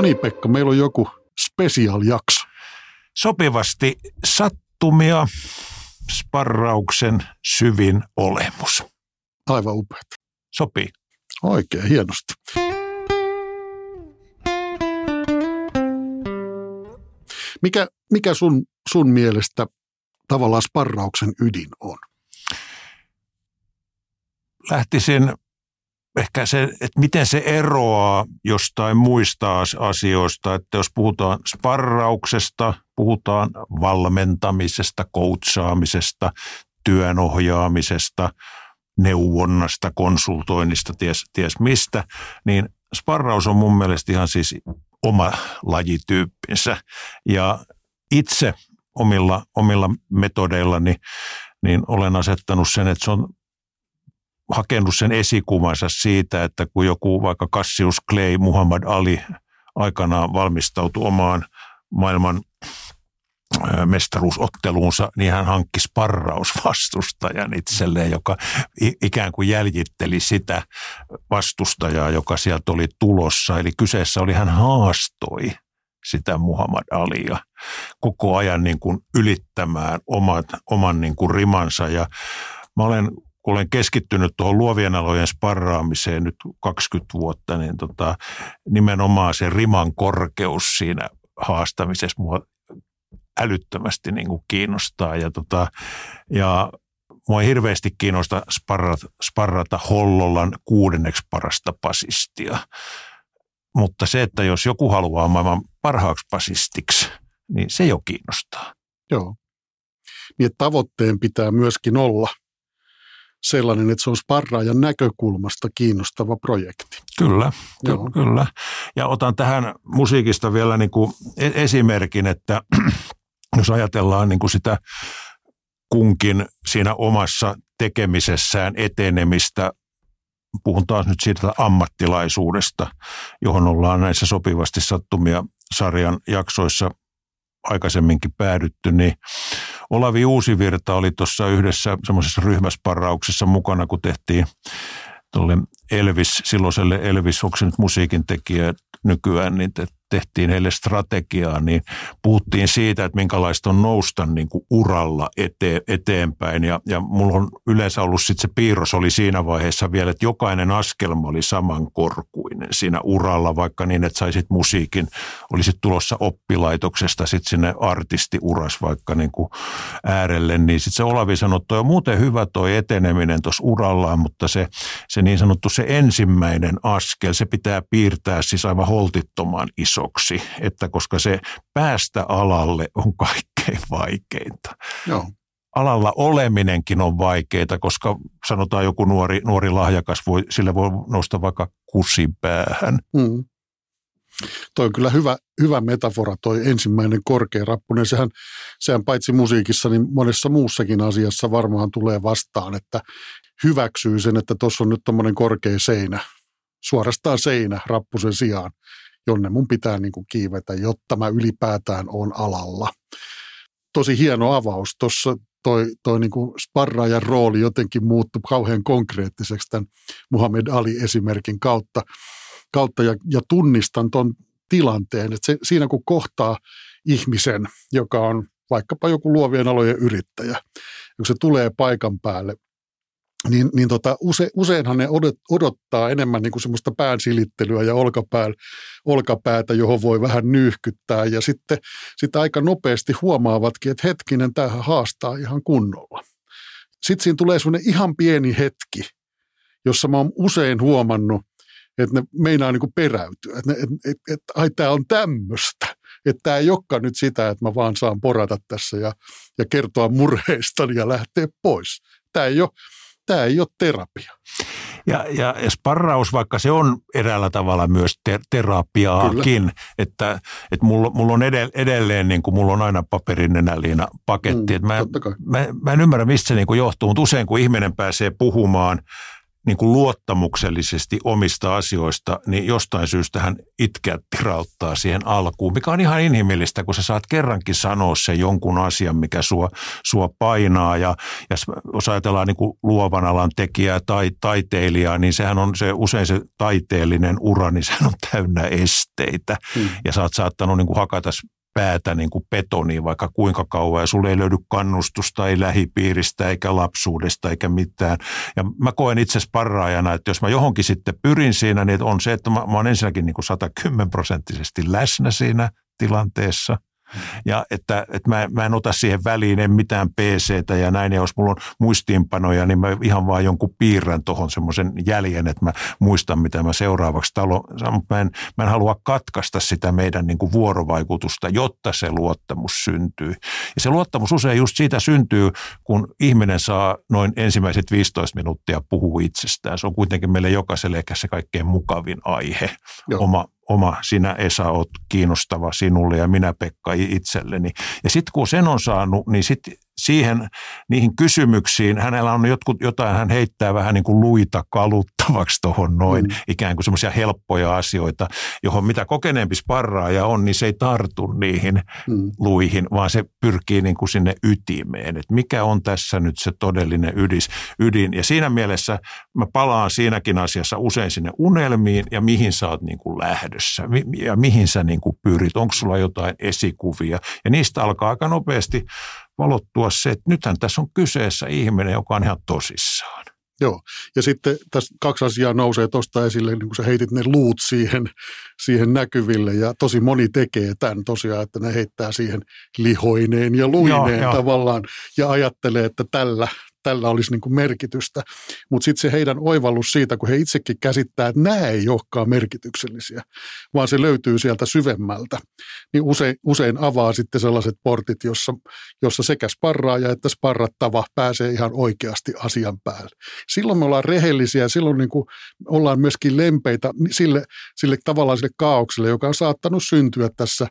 niin Pekka, meillä on joku special-jakso. Sopivasti sattumia, sparrauksen syvin olemus. Aivan upeat. Sopii. Oikein hienosti. Mikä sun mielestä tavallaan sparrauksen ydin on? Lähtisin ehkä se, että miten se eroaa jostain muista asioista, että jos puhutaan sparrauksesta, puhutaan valmentamisesta, coachaamisesta, työnohjaamisesta, neuvonnasta, konsultoinnista, ties mistä, niin sparraus on mun mielestä ihan siis oma lajityyppinsä. Ja itse omilla metodeillani niin olen asettanut sen, että se on hakenut sen esikuvansa siitä, että kun joku vaikka Cassius Clay, Muhammad Ali aikanaan valmistautui omaan maailman mestaruusotteluunsa, niin hän hankki sparrausvastustajan itselleen, joka ikään kuin jäljitteli sitä vastustajaa, joka sieltä oli tulossa. Eli kyseessä oli, hän haastoi sitä Muhammad Alia koko ajan niin kuin ylittämään oman niin kuin rimansa. Ja mä olen keskittynyt tuohon luovien alojen sparraamiseen nyt 20 vuotta, niin nimenomaan se riman korkeus siinä haastamisessa mua älyttömästi niin kuin kiinnostaa. Ja mua ei hirveästi kiinnosta sparrata Hollolan 6. parasta pasistia. Mutta se, että jos joku haluaa maailman parhaaksi pasistiksi, niin se jo kiinnostaa. Joo. Niin, että tavoitteen pitää myöskin olla sellainen, että se on sparraajan näkökulmasta kiinnostava projekti. Kyllä. Ja otan tähän musiikista vielä niin kuin esimerkin, että jos ajatellaan niin kuin sitä kunkin siinä omassa tekemisessään etenemistä, puhun taas nyt siitä ammattilaisuudesta, johon ollaan näissä sopivasti sattumia sarjan jaksoissa aikaisemminkin päädytty, niin Olavi Uusivirta oli tuossa yhdessä semmoisessa ryhmäsparrauksessa mukana, kun tehtiin tuolle silloiselle Elvis, onko se nyt musiikin tekijä nykyään, niin tehtiin heille strategiaa, niin puhuttiin siitä, että minkälaista on nousta niin kuin uralla eteenpäin. Ja mulla on yleensä ollut sitten se piirros oli siinä vaiheessa vielä, että jokainen askelma oli samankorkuinen siinä uralla, vaikka niin, että saisit musiikin, olisit tulossa oppilaitoksesta sitten sinne artistiuras vaikka niin kuin äärelle, niin sitten se Olavi sanoi, että toi on muuten hyvä toi eteneminen tuossa urallaan, mutta se niin sanottu se ensimmäinen askel, se pitää piirtää siis aivan holtittoman isoksi, että koska se päästä alalle on kaikkein vaikeinta. Joo. Alalla oleminenkin on vaikeaa, koska sanotaan joku nuori lahjakas, sille voi nousta vaikka kussin päähän. Toi on kyllä hyvä metafora, toi ensimmäinen korkea rappunen. Sehän paitsi musiikissa, niin monessa muussakin asiassa varmaan tulee vastaan, että hyväksyy sen, että tuossa on nyt tommoinen korkea seinä, suorastaan seinä rappusen sijaan, jonne mun pitää niin kuin kiivetä, jotta mä ylipäätään oon alalla. Tosi hieno avaus. Tuossa toi niin kuin sparraajan rooli jotenkin muuttui kauhean konkreettiseksi tämän Muhammad Ali-esimerkin kautta ja tunnistan ton tilanteen, että siinä kun kohtaa ihmisen, joka on vaikkapa joku luovien alojen yrittäjä, kun se tulee paikan päälle, niin useinhan ne odottaa enemmän niin kuin semmoista pään silittelyä ja olkapäätä, johon voi vähän nyyhkyttää. Ja sitten aika nopeasti huomaavatkin, että hetkinen, tämähän haastaa ihan kunnolla. Sitten siinä tulee semmoinen ihan pieni hetki, jossa mä oon usein huomannut, että ne meinaa niin kuin peräytyä. Että ai, tämä on tämmöistä. Että tämä ei olekaan nyt sitä, että mä vaan saan porata tässä ja kertoa murheistani ja lähteä pois. Tämä ei ole terapia. Ja sparraus, vaikka se on eräällä tavalla myös terapiaakin, kyllä, että mulla on edelleen, niin kuin mulla on aina paperinenäliina paketti. Mä en ymmärrä, mistä se niin kuin johtuu, mutta usein kun ihminen pääsee puhumaan, niin kuin luottamuksellisesti omista asioista, niin jostain syystä hän itkeä tirauttaa siihen alkuun, mikä on ihan inhimillistä, kun sä saat kerrankin sanoa sen jonkun asian, mikä sua painaa. Ja jos ajatellaan niin kuin luovan alan tekijää tai taiteilijaa, niin sehän on usein se taiteellinen ura, niin sehän on täynnä esteitä. Ja sä oot saattanut niin kuin hakata päätä niin kuin betoniin vaikka kuinka kauan ja sulle ei löydy kannustusta, ei lähipiiristä eikä lapsuudesta eikä mitään. Ja mä koen itse sparraajana, että jos mä johonkin sitten pyrin siinä, niin on se, että mä oon ensinnäkin niin kuin 110% läsnä siinä tilanteessa. Ja että mä en ota siihen väliin, en mitään PCtä ja näin, ja jos mulla on muistiinpanoja, niin mä ihan vaan jonkun piirrän tuohon semmoisen jäljen, että mä muistan, mitä mä seuraavaksi mä en halua katkaista sitä meidän niin kuin vuorovaikutusta, jotta se luottamus syntyy. Ja se luottamus usein just siitä syntyy, kun ihminen saa noin ensimmäiset 15 minuuttia puhua itsestään. Se on kuitenkin meille jokaiselle ehkä se kaikkein mukavin aihe, oma sinä Esa oot kiinnostava sinulle ja minä Pekka itselleni. Ja sitten kun sen on saanut, niin sitten niihin kysymyksiin, hänellä on jotain, hän heittää vähän niin kuin luita kaluttavaksi tuohon noin, ikään kuin semmoisia helppoja asioita, johon mitä kokeneempi sparraaja on, niin se ei tartu niihin luihin, vaan se pyrkii niin kuin sinne ytimeen, että mikä on tässä nyt se todellinen ydin. Ja siinä mielessä mä palaan siinäkin asiassa usein sinne unelmiin ja mihin sä oot niin kuin lähdössä ja mihin sä niin kuin pyrit, onko sulla jotain esikuvia ja niistä alkaa aika nopeasti valottua se, että nythän tässä on kyseessä ihminen, joka on ihan tosissaan. Joo, ja sitten tässä 2 asiaa nousee tuosta esille, niin kun sä heitit ne luut siihen näkyville, ja tosi moni tekee tämän tosiaan, että ne heittää siihen lihoineen ja luineen tavallaan, ja ajattelee, että tällä olisi niin kuin merkitystä. Mutta sitten se heidän oivallus siitä, kun he itsekin käsittää, että nämä ei olekaan merkityksellisiä, vaan se löytyy sieltä syvemmältä, niin usein avaa sitten sellaiset portit, jossa sekä sparraaja että sparrattava pääsee ihan oikeasti asian päälle. Silloin me ollaan rehellisiä, silloin niin kuin ollaan myöskin lempeitä sille tavallaan sille kaaukselle, joka on saattanut syntyä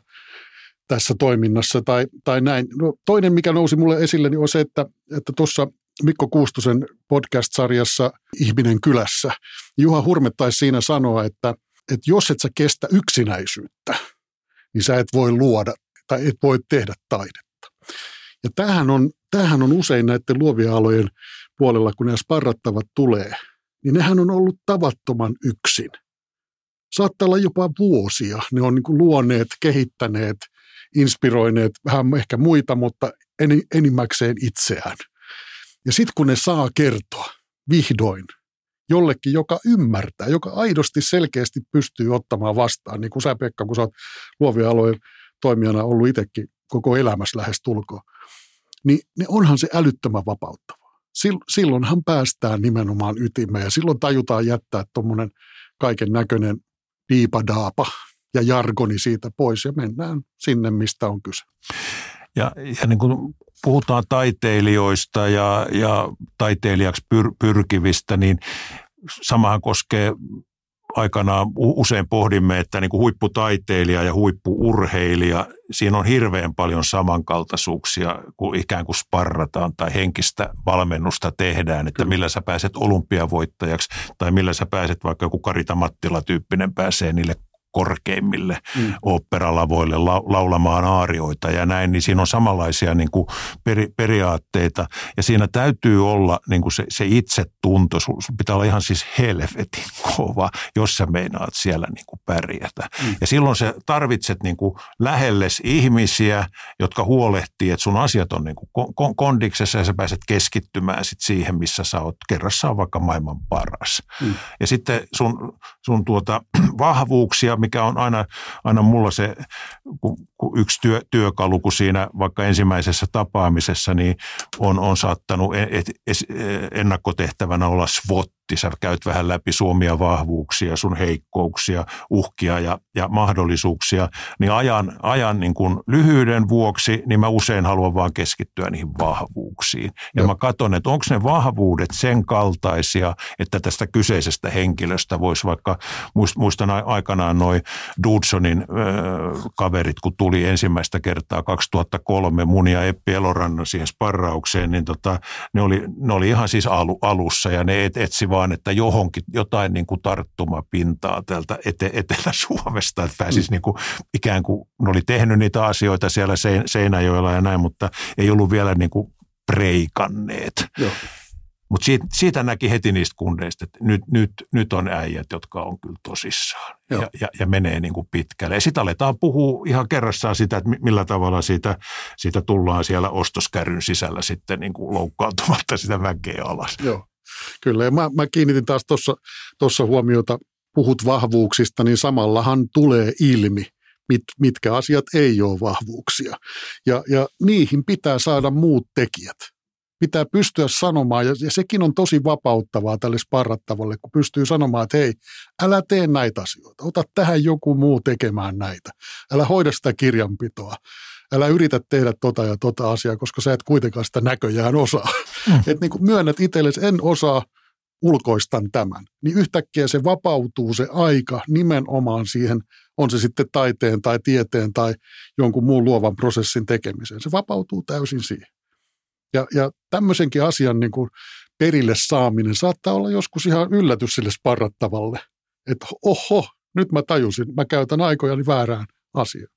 tässä toiminnassa tai näin. No, toinen, mikä nousi mulle esille, niin on se, että tuossa Mikko Kuustosen podcast-sarjassa Ihminen kylässä Juha Hurme taisi siinä sanoa, että jos et sä kestä yksinäisyyttä, niin sä et voi luoda tai et voi tehdä taidetta. Ja tämähän on usein näiden luovien alojen puolella, kun nämä sparrattavat tulee, niin nehän on ollut tavattoman yksin. Saattaa olla jopa vuosia. Ne on niin kuin luoneet, kehittäneet, inspiroineet vähän ehkä muita, mutta enimmäkseen itseään. Ja sitten kun ne saa kertoa vihdoin jollekin, joka ymmärtää, joka aidosti selkeästi pystyy ottamaan vastaan, niin kuin sä Pekka, kun sä oot luovien alojen toimijana ollut itsekin koko elämässä lähes tulkoon, niin onhan se älyttömän vapauttavaa. Silloinhan päästään nimenomaan ytimeen ja silloin tajutaan jättää tuommoinen kaiken näköinen diipadaapa ja jargoni siitä pois ja mennään sinne, mistä on kyse. Ja niin kuin puhutaan taiteilijoista ja taiteilijaksi pyrkivistä, niin samahan koskee aikanaan usein pohdimme, että niin kuin huipputaiteilija ja huippuurheilija, siinä on hirveän paljon samankaltaisuuksia, kun ikään kuin sparrataan tai henkistä valmennusta tehdään, että millä sä pääset olympiavoittajaksi tai millä sä pääset vaikka joku Karita Mattila-tyyppinen pääsee niille korkeimmille oopperalavoille laulamaan aarioita ja näin, niin siinä on samanlaisia niin kuin periaatteita. Ja siinä täytyy olla niin kuin se itsetunto, sun pitää olla ihan siis helvetin kova, jos sä meinaat siellä niin kuin pärjätä. Ja silloin sä tarvitset niin kuin lähellesi ihmisiä, jotka huolehtii, että sun asiat on niin kuin kondiksessa ja sä pääset keskittymään sit siihen, missä sä oot kerrassaan vaikka maailman paras. Ja sitten sun vahvuuksia, mikä on aina mulla se yksi työkalu, kun siinä vaikka ensimmäisessä tapaamisessa niin on saattanut ennakkotehtävänä olla SWOT. Sä käyt vähän läpi sun omia vahvuuksia, sun heikkouksia, uhkia ja mahdollisuuksia, niin ajan niin kuin lyhyyden vuoksi, niin mä usein haluan vaan keskittyä niihin vahvuuksiin. Ja mä katson, että onko ne vahvuudet sen kaltaisia, että tästä kyseisestä henkilöstä voisi vaikka, muistan aikanaan noi Dudsonin kaverit, kun tuli ensimmäistä kertaa 2003 mun ja Eppi Elorannan siihen sparraukseen, niin ne oli ihan siis alussa ja ne etsi vaan, että johonkin jotain niin kuin tarttumapintaa täältä Etelä-Suomesta, että pääsisi niin kuin, ikään kuin ne oli tehnyt niitä asioita siellä Seinäjoella ja näin, mutta ei ollut vielä niin kuin breikanneet. Mutta siitä näki heti niistä kundeista, että nyt on äijät, jotka on kyllä tosissaan ja menee niin kuin pitkälle. Ja sitten aletaan puhua ihan kerrassaan sitä, että millä tavalla siitä tullaan siellä ostoskärryn sisällä sitten niin kuin loukkaantumatta sitä väkeä alas. Joo, kyllä. Ja mä kiinnitin taas tuossa huomiota, puhut vahvuuksista, niin samallahan tulee ilmi, mitkä asiat ei ole vahvuuksia. Ja niihin pitää saada muut tekijät. Pitää pystyä sanomaan, ja sekin on tosi vapauttavaa tälle sparrattavalle, kun pystyy sanomaan, että hei, älä tee näitä asioita, ota tähän joku muu tekemään näitä. Älä hoida sitä kirjanpitoa, älä yritä tehdä tota ja tota asiaa, koska sä et kuitenkaan sitä näköjään osaa. Että niin kuin myönnät itsellesi, en osaa, ulkoistan tämän. Niin yhtäkkiä se vapautuu se aika nimenomaan siihen, on se sitten taiteen tai tieteen tai jonkun muun luovan prosessin tekemiseen. Se vapautuu täysin siihen. Ja tämmöisenkin asian niin kuin perille saaminen saattaa olla joskus ihan yllätys sille sparrattavalle, että oho, nyt mä tajusin, mä käytän aikojani väärään asiaan.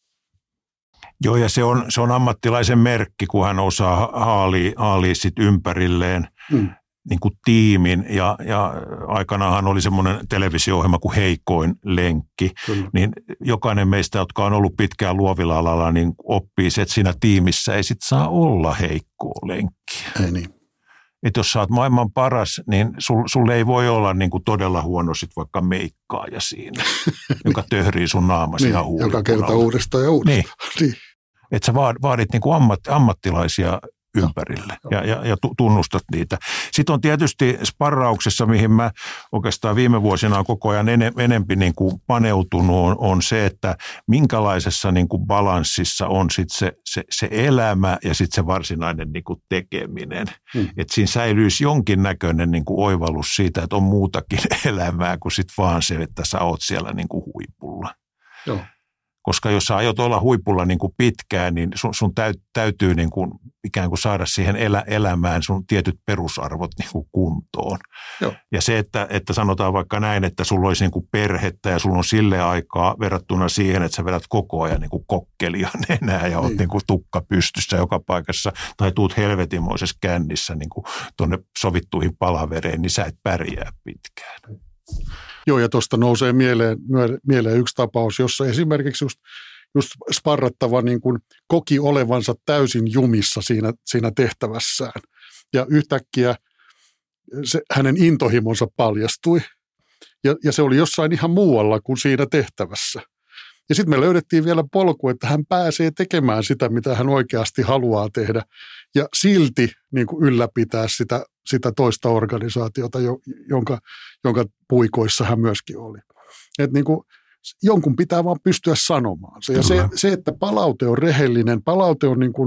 Joo, ja se on ammattilaisen merkki, kun hän osaa haalia sit ympärilleen niin kuin tiimin, ja aikanaanhan oli semmoinen televisio-ohjelma kuin Heikoin lenkki, niin jokainen meistä, jotka on ollut pitkään luovilla alalla, niin oppii se, että siinä tiimissä ei sit saa olla heikkoa lenkkiä. Ei niin. Että jos sä oot maailman paras, niin sulle ei voi olla niin kuin todella huono sit vaikka meikkaaja siinä, joka töhrii sun naamasi ihan huulipunalla. Joka kerta uudestaan ja uudestaan. Niin. Että sä vaadit niin kuin ammattilaisia ympärille ja tunnustat niitä. Sitten on tietysti sparrauksessa, mihin mä oikeastaan viime vuosina on koko ajan enempi niin kuin paneutunut, on se, että minkälaisessa niin kuin balanssissa on sitten se elämä ja sitten se varsinainen niin kuin tekeminen. Että siinä säilyisi jonkinnäköinen niin kuin oivallus siitä, että on muutakin elämää kuin sitten vaan se, että sä oot siellä niin kuin huipulla. Joo. Koska jos sä aiot olla huipulla niin kuin pitkään, niin sun täytyy niin kuin ikään kuin saada siihen elämään sun tietyt perusarvot niin kuin kuntoon. Joo. Ja se, että sanotaan vaikka näin, että sulla olisi niin kuin perhettä ja sulla on sille aikaa verrattuna siihen, että sä vedät koko ajan niin kuin kokkelia nenää ja oot niin kuin tukka pystyssä joka paikassa tai tuut helvetimoisessa kännissä niin kuin tuonne sovittuihin palavereen, niin sä et pärjää pitkään. Joo, ja tuosta nousee mieleen yksi tapaus, jossa esimerkiksi just sparrattava niin kuin koki olevansa täysin jumissa siinä tehtävässään. Ja yhtäkkiä hänen intohimonsa paljastui, ja se oli jossain ihan muualla kuin siinä tehtävässä. Ja sitten me löydettiin vielä polku, että hän pääsee tekemään sitä, mitä hän oikeasti haluaa tehdä, ja silti niin kuin ylläpitää sitä toista organisaatiota, jonka puikoissa hän myöskin oli. Et niin kuin jonkun pitää vaan pystyä sanomaan se. Ja se, että palaute on rehellinen, palaute on niin kuin,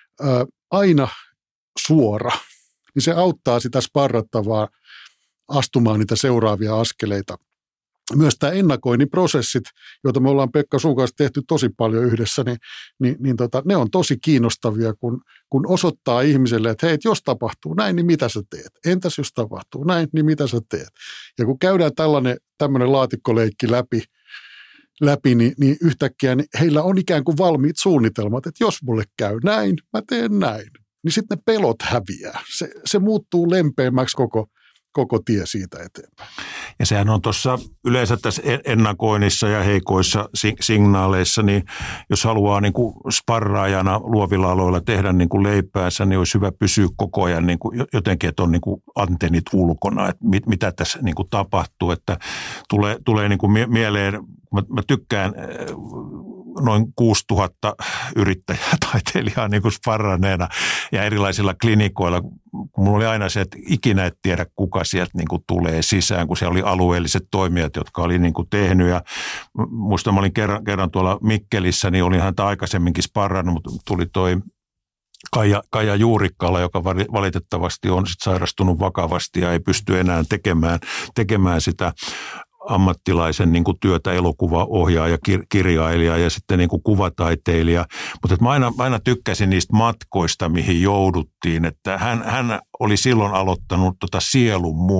aina suora, niin se auttaa sitä sparrattavaa astumaan niitä seuraavia askeleita. Myös tämä ennakoinnin prosessit, joita me ollaan Pekka sun kanssa tehty tosi paljon yhdessä, ne on tosi kiinnostavia, kun osoittaa ihmiselle, että hei, jos tapahtuu näin, niin mitä sä teet? Entäs jos tapahtuu näin, niin mitä sä teet? Ja kun käydään tämmöinen laatikkoleikki läpi niin yhtäkkiä niin heillä on ikään kuin valmiit suunnitelmat, että jos mulle käy näin, mä teen näin. Niin sitten ne pelot häviää. Se muuttuu lempeämmäksi koko tie siitä eteenpäin. Ja sehän on tuossa yleensä tässä ennakoinnissa ja heikoissa signaaleissa, niin jos haluaa niin kuin sparraajana luovilla aloilla tehdä niin kuin leipäänsä, niin olisi hyvä pysyä koko ajan niin kuin jotenkin, että on niin kuin antennit ulkona, että mitä tässä niin kuin tapahtuu, että tulee niin kuin mieleen, mä tykkään noin 6000 yrittäjää, taiteilijaa niin kuin sparraneena ja erilaisilla klinikoilla, kun mulla oli aina se, että ikinä et tiedä, kuka sieltä niin kuin tulee sisään, kun siellä oli alueelliset toimijat, jotka oli niin kuin tehnyt. Ja muistan, mä olin kerran tuolla Mikkelissä, niin olin häntä aikaisemminkin sparrannut, mutta tuli toi Kaija Juurikkala, joka valitettavasti on sit sairastunut vakavasti ja ei pysty enää tekemään sitä ammattilaisen niin kuin työtä, elokuvaohjaaja, kirjailija ja sitten niin kuin kuvataiteilija. Mutta mä aina tykkäsin niistä matkoista, mihin jouduttiin. Että hän oli silloin aloittanut sielun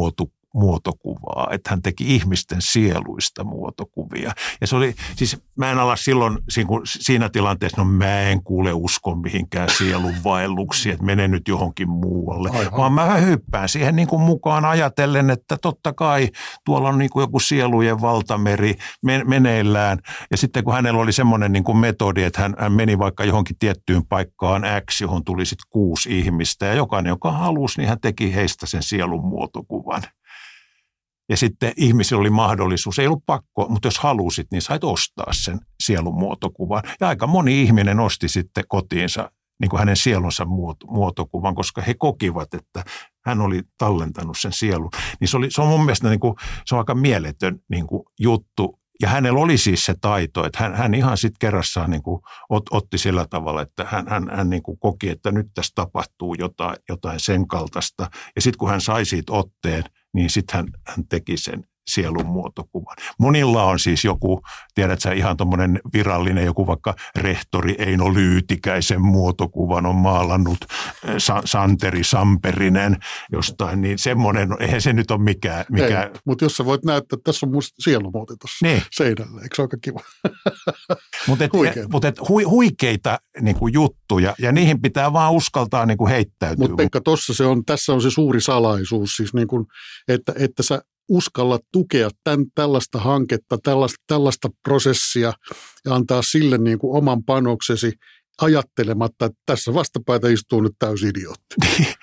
muotokuvaa, että hän teki ihmisten sieluista muotokuvia. Ja se oli, siis mä en ala silloin siinä tilanteessa, mä en kuule usko mihinkään sielunvaelluksiin, että mene nyt johonkin muualle. Aivan. Vaan mä hyppään siihen niin kuin mukaan ajatellen, että totta kai tuolla on niin kuin joku sielujen valtameri meneillään. Ja sitten kun hänellä oli semmoinen niin kuin metodi, että hän meni vaikka johonkin tiettyyn paikkaan X, johon tuli sitten 6 ihmistä. Ja jokainen, joka halusi, niin hän teki heistä sen sielun muotokuvan. Ja sitten ihmisillä oli mahdollisuus, ei ollut pakko, mutta jos halusit, niin sait ostaa sen sielun muotokuvan. Ja aika moni ihminen osti sitten kotiinsa niin kuin hänen sielunsa muotokuvan, koska he kokivat, että hän oli tallentanut sen sielun. Niin se on mun mielestä niin kuin, se on aika mieletön niin kuin juttu. Ja hänellä oli siis se taito, että hän ihan sitten kerrassaan niin kuin otti sillä tavalla, että hän niin kuin koki, että nyt tässä tapahtuu jotain sen kaltaista. Ja sitten kun hän sai siitä otteen, niin sitten hän teki sen sielun muotokuvan. Monilla on siis joku, tiedätkö ihan tuommoinen virallinen, joku vaikka rehtori Eino Lyytikäisen muotokuvan on maalannut Santeri Samperinen jostain, niin semmoinen, eihän se nyt ole mikään. Mutta jos sä voit näyttää, että tässä on musta sielumuoti tuossa seinällä, eikö se ole aika kiva? Mutta huikeita niin kuin juttuja, ja niihin pitää vaan uskaltaa niin kuin heittäytyä. Mutta Pekka, tässä on se suuri salaisuus, siis niin kuin, että sä uskalla tukea tällaista hanketta, tällaista prosessia ja antaa sille niin kuin oman panoksesi ajattelematta, että tässä vastapäätä istuu nyt täysi idiootti.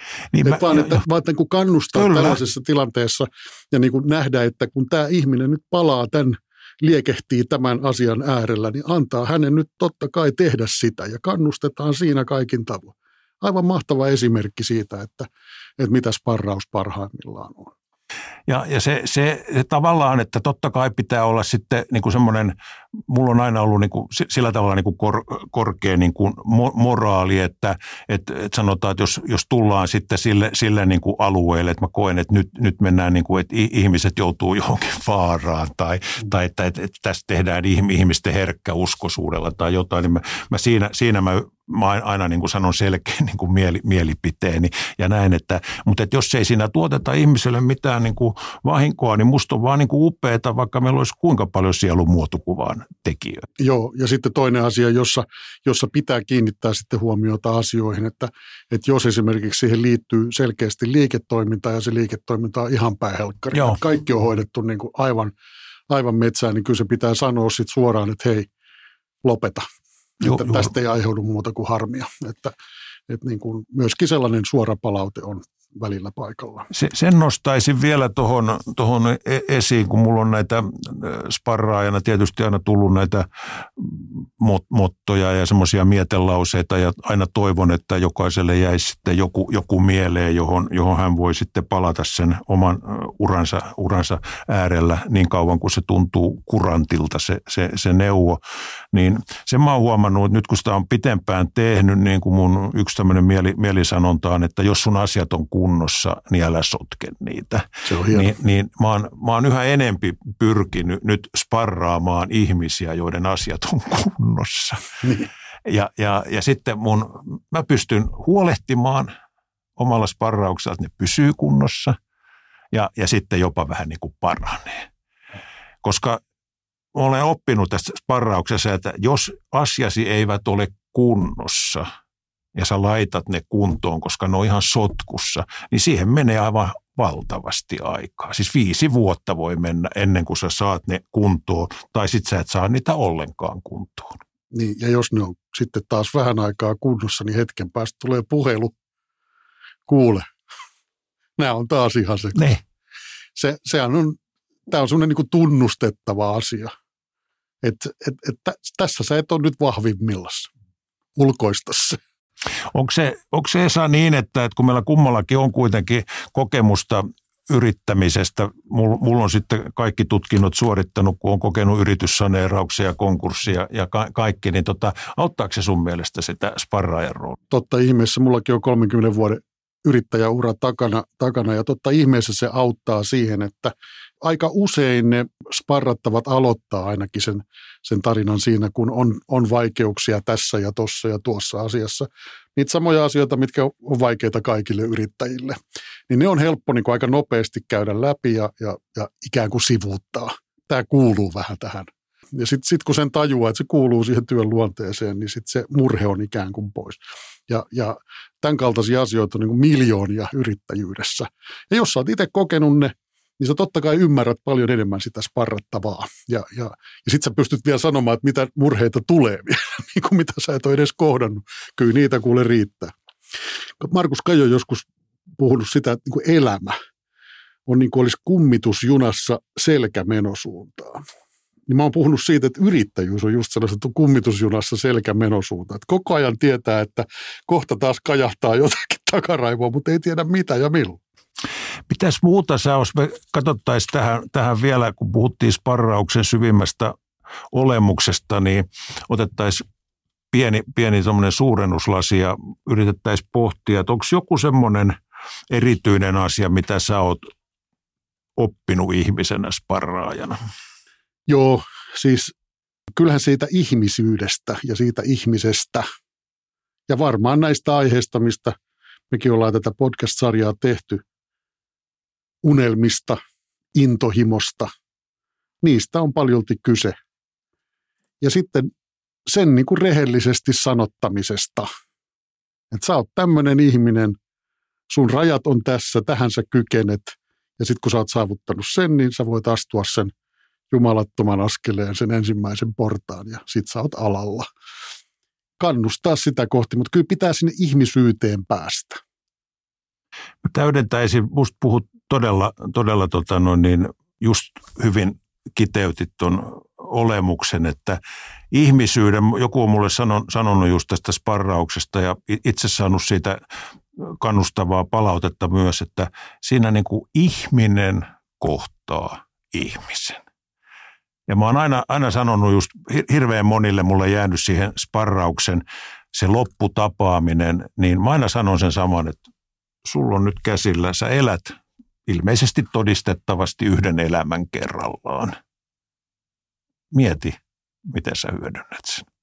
Vaan niin kuin kannustaa tällaisessa tilanteessa ja niin kuin nähdä, että kun tämä ihminen nyt palaa liekehtii tämän asian äärellä, niin antaa hänen nyt totta kai tehdä sitä ja kannustetaan siinä kaikin tavoin. Aivan mahtava esimerkki siitä, että mitä sparraus parhaimmillaan on. Ja se tavallaan, että totta kai pitää olla sitten niin kuin semmoinen, mulla on aina ollut niin kuin sillä tavalla niin kuin korkea niin kuin moraali, että sanotaan, että jos tullaan sitten sille niin kuin alueelle, että mä koen, että nyt mennään niin kuin, että ihmiset joutuu johonkin vaaraan tai että tässä tehdään ihmisten herkkäuskoisuudella tai jotain, niin siinä mä aina niin kuin sanon selkeän niin kuin mielipiteeni ja näin, mutta jos ei siinä tuoteta ihmiselle mitään niin kuin vahinkoa, niin musta on vaan niin kuin upeata, vaikka meillä olisi kuinka paljon sielun muotokuvan tekijöitä. Joo, ja sitten toinen asia, jossa pitää kiinnittää sitten huomiota asioihin, että jos esimerkiksi siihen liittyy selkeästi liiketoimintaa ja se liiketoiminta on ihan päähelkkari, kaikki on hoidettu niin kuin aivan metsään, niin kyllä se pitää sanoa sitten suoraan, että hei, lopeta. Että tästä ei aiheudu muuta kuin harmia. Että niin kuin myöskin sellainen suora palaute on välillä paikalla. Sen nostaisin vielä tuohon esiin, kun mulla on näitä sparraajana tietysti aina tullut näitä mottoja ja semmoisia mietelauseita ja aina toivon, että jokaiselle jäisi sitten joku mieleen, johon hän voi sitten palata sen oman uransa äärellä niin kauan kuin se tuntuu kurantilta se neuvo. Niin sen mä oon huomannut, että nyt kun sitä on pitempään tehnyt, niin kuin mun yksi tämmöinen mielisanonta on, että jos sun asiat on kunnossa, niin älä sotke niitä. Niin mä oon yhä enempi pyrkinyt nyt sparraamaan ihmisiä, joiden asiat on kunnossa. Niin. Ja sitten mä pystyn huolehtimaan omalla sparrauksella, että ne pysyy kunnossa ja sitten jopa vähän niin kuin paranee. Koska olen oppinut tästä sparrauksessa, että jos asiasi eivät ole kunnossa ja sä laitat ne kuntoon, koska ne on ihan sotkussa, niin siihen menee aivan valtavasti aikaa. Siis 5 vuotta voi mennä ennen kuin sä saat ne kuntoon, tai sit sä et saa niitä ollenkaan kuntoon. Niin, ja jos ne on sitten taas vähän aikaa kunnossa, niin hetken päästä tulee puhelu. Kuule, nämä on taas ihan se. Ne. Tämä on semmoinen niin kuin tunnustettava asia, että tässä sä et ole nyt vahvimmillassa. Ulkoista se. Onko se Esa niin, että kun meillä kummallakin on kuitenkin kokemusta yrittämisestä, mulla on sitten kaikki tutkinnot suorittanut, kun on kokenut yrityssaneerauksia ja konkurssia ja kaikki, niin auttaako se sun mielestä sitä sparraajan roolia? Totta ihmeessä, mullakin on 30 vuoden yrittäjäura takana ja totta ihmeessä se auttaa siihen, että aika usein ne sparrattavat aloittaa ainakin sen tarinan siinä, kun on vaikeuksia tässä ja tossa ja tuossa asiassa. niitä samoja asioita, mitkä on vaikeita kaikille yrittäjille, niin ne on helppo niin kuin aika nopeasti käydä läpi ja ikään kuin sivuuttaa. Tämä kuuluu vähän tähän. Ja sitten kun sen tajuaa, että se kuuluu siihen työn luonteeseen, niin sitten se murhe on ikään kuin pois. Ja tämän kaltaisia asioita on niin kuin miljoonia yrittäjyydessä. Ja jos sä oot itse kokenut ne, niin sä totta kai ymmärrät paljon enemmän sitä sparrattavaa. Ja sitten sä pystyt vielä sanomaan, että mitä murheita tulee vielä, niin kuin mitä sä et ole edes kohdannut. Kyllä niitä kuule riittää. Markus Kajo on joskus puhunut sitä, että niin kuin elämä on niin kuin olisi kummitusjunassa selkämenosuuntaan. Niin mä oon puhunut siitä, että yrittäjyys on just sellaista kummitusjunassa selkämenosuuntaan. Että koko ajan tietää, että kohta taas kajahtaa jotakin takaraivoa, mutta ei tiedä mitä ja milloin. Mitäs muuta jos me katsottaisiin tähän vielä, kun puhuttiin sparrauksen syvimmästä olemuksesta, niin otettaisiin pieni semmoinen suurennuslasi ja yritettäisiin pohtia, että onko joku semmoinen erityinen asia, mitä sä oot oppinut ihmisenä sparraajana? Joo, siis kyllähän siitä ihmisyydestä ja siitä ihmisestä ja varmaan näistä aiheista, mistä mekin ollaan tätä podcast-sarjaa tehty, unelmista, intohimosta, niistä on paljolti kyse. Ja sitten sen niin kuin rehellisesti sanottamisesta, että sä oot tämmöinen ihminen, sun rajat on tässä, tähän sä kykenet, ja sitten kun sä oot saavuttanut sen, niin sä voit astua sen jumalattoman askeleen, sen ensimmäisen portaan, ja sit sä oot alalla. Kannustaa sitä kohti, mutta kyllä pitää sinne ihmisyyteen päästä. Mä täydentäisin, musta puhut todella just hyvin kiteytit ton olemuksen, että ihmisyyden, joku on mulle sanonut just tästä sparrauksesta ja itse saanut siitä kannustavaa palautetta myös, että siinä niin kuin ihminen kohtaa ihmisen. Ja mä oon aina sanonut just hirveän monille, mulle jäänyt siihen sparrauksen, se lopputapaaminen, niin mä aina sanon sen saman, että sulla on nyt käsillä, sä elät ilmeisesti todistettavasti yhden elämän kerrallaan. Mieti, miten sä hyödynnät sen.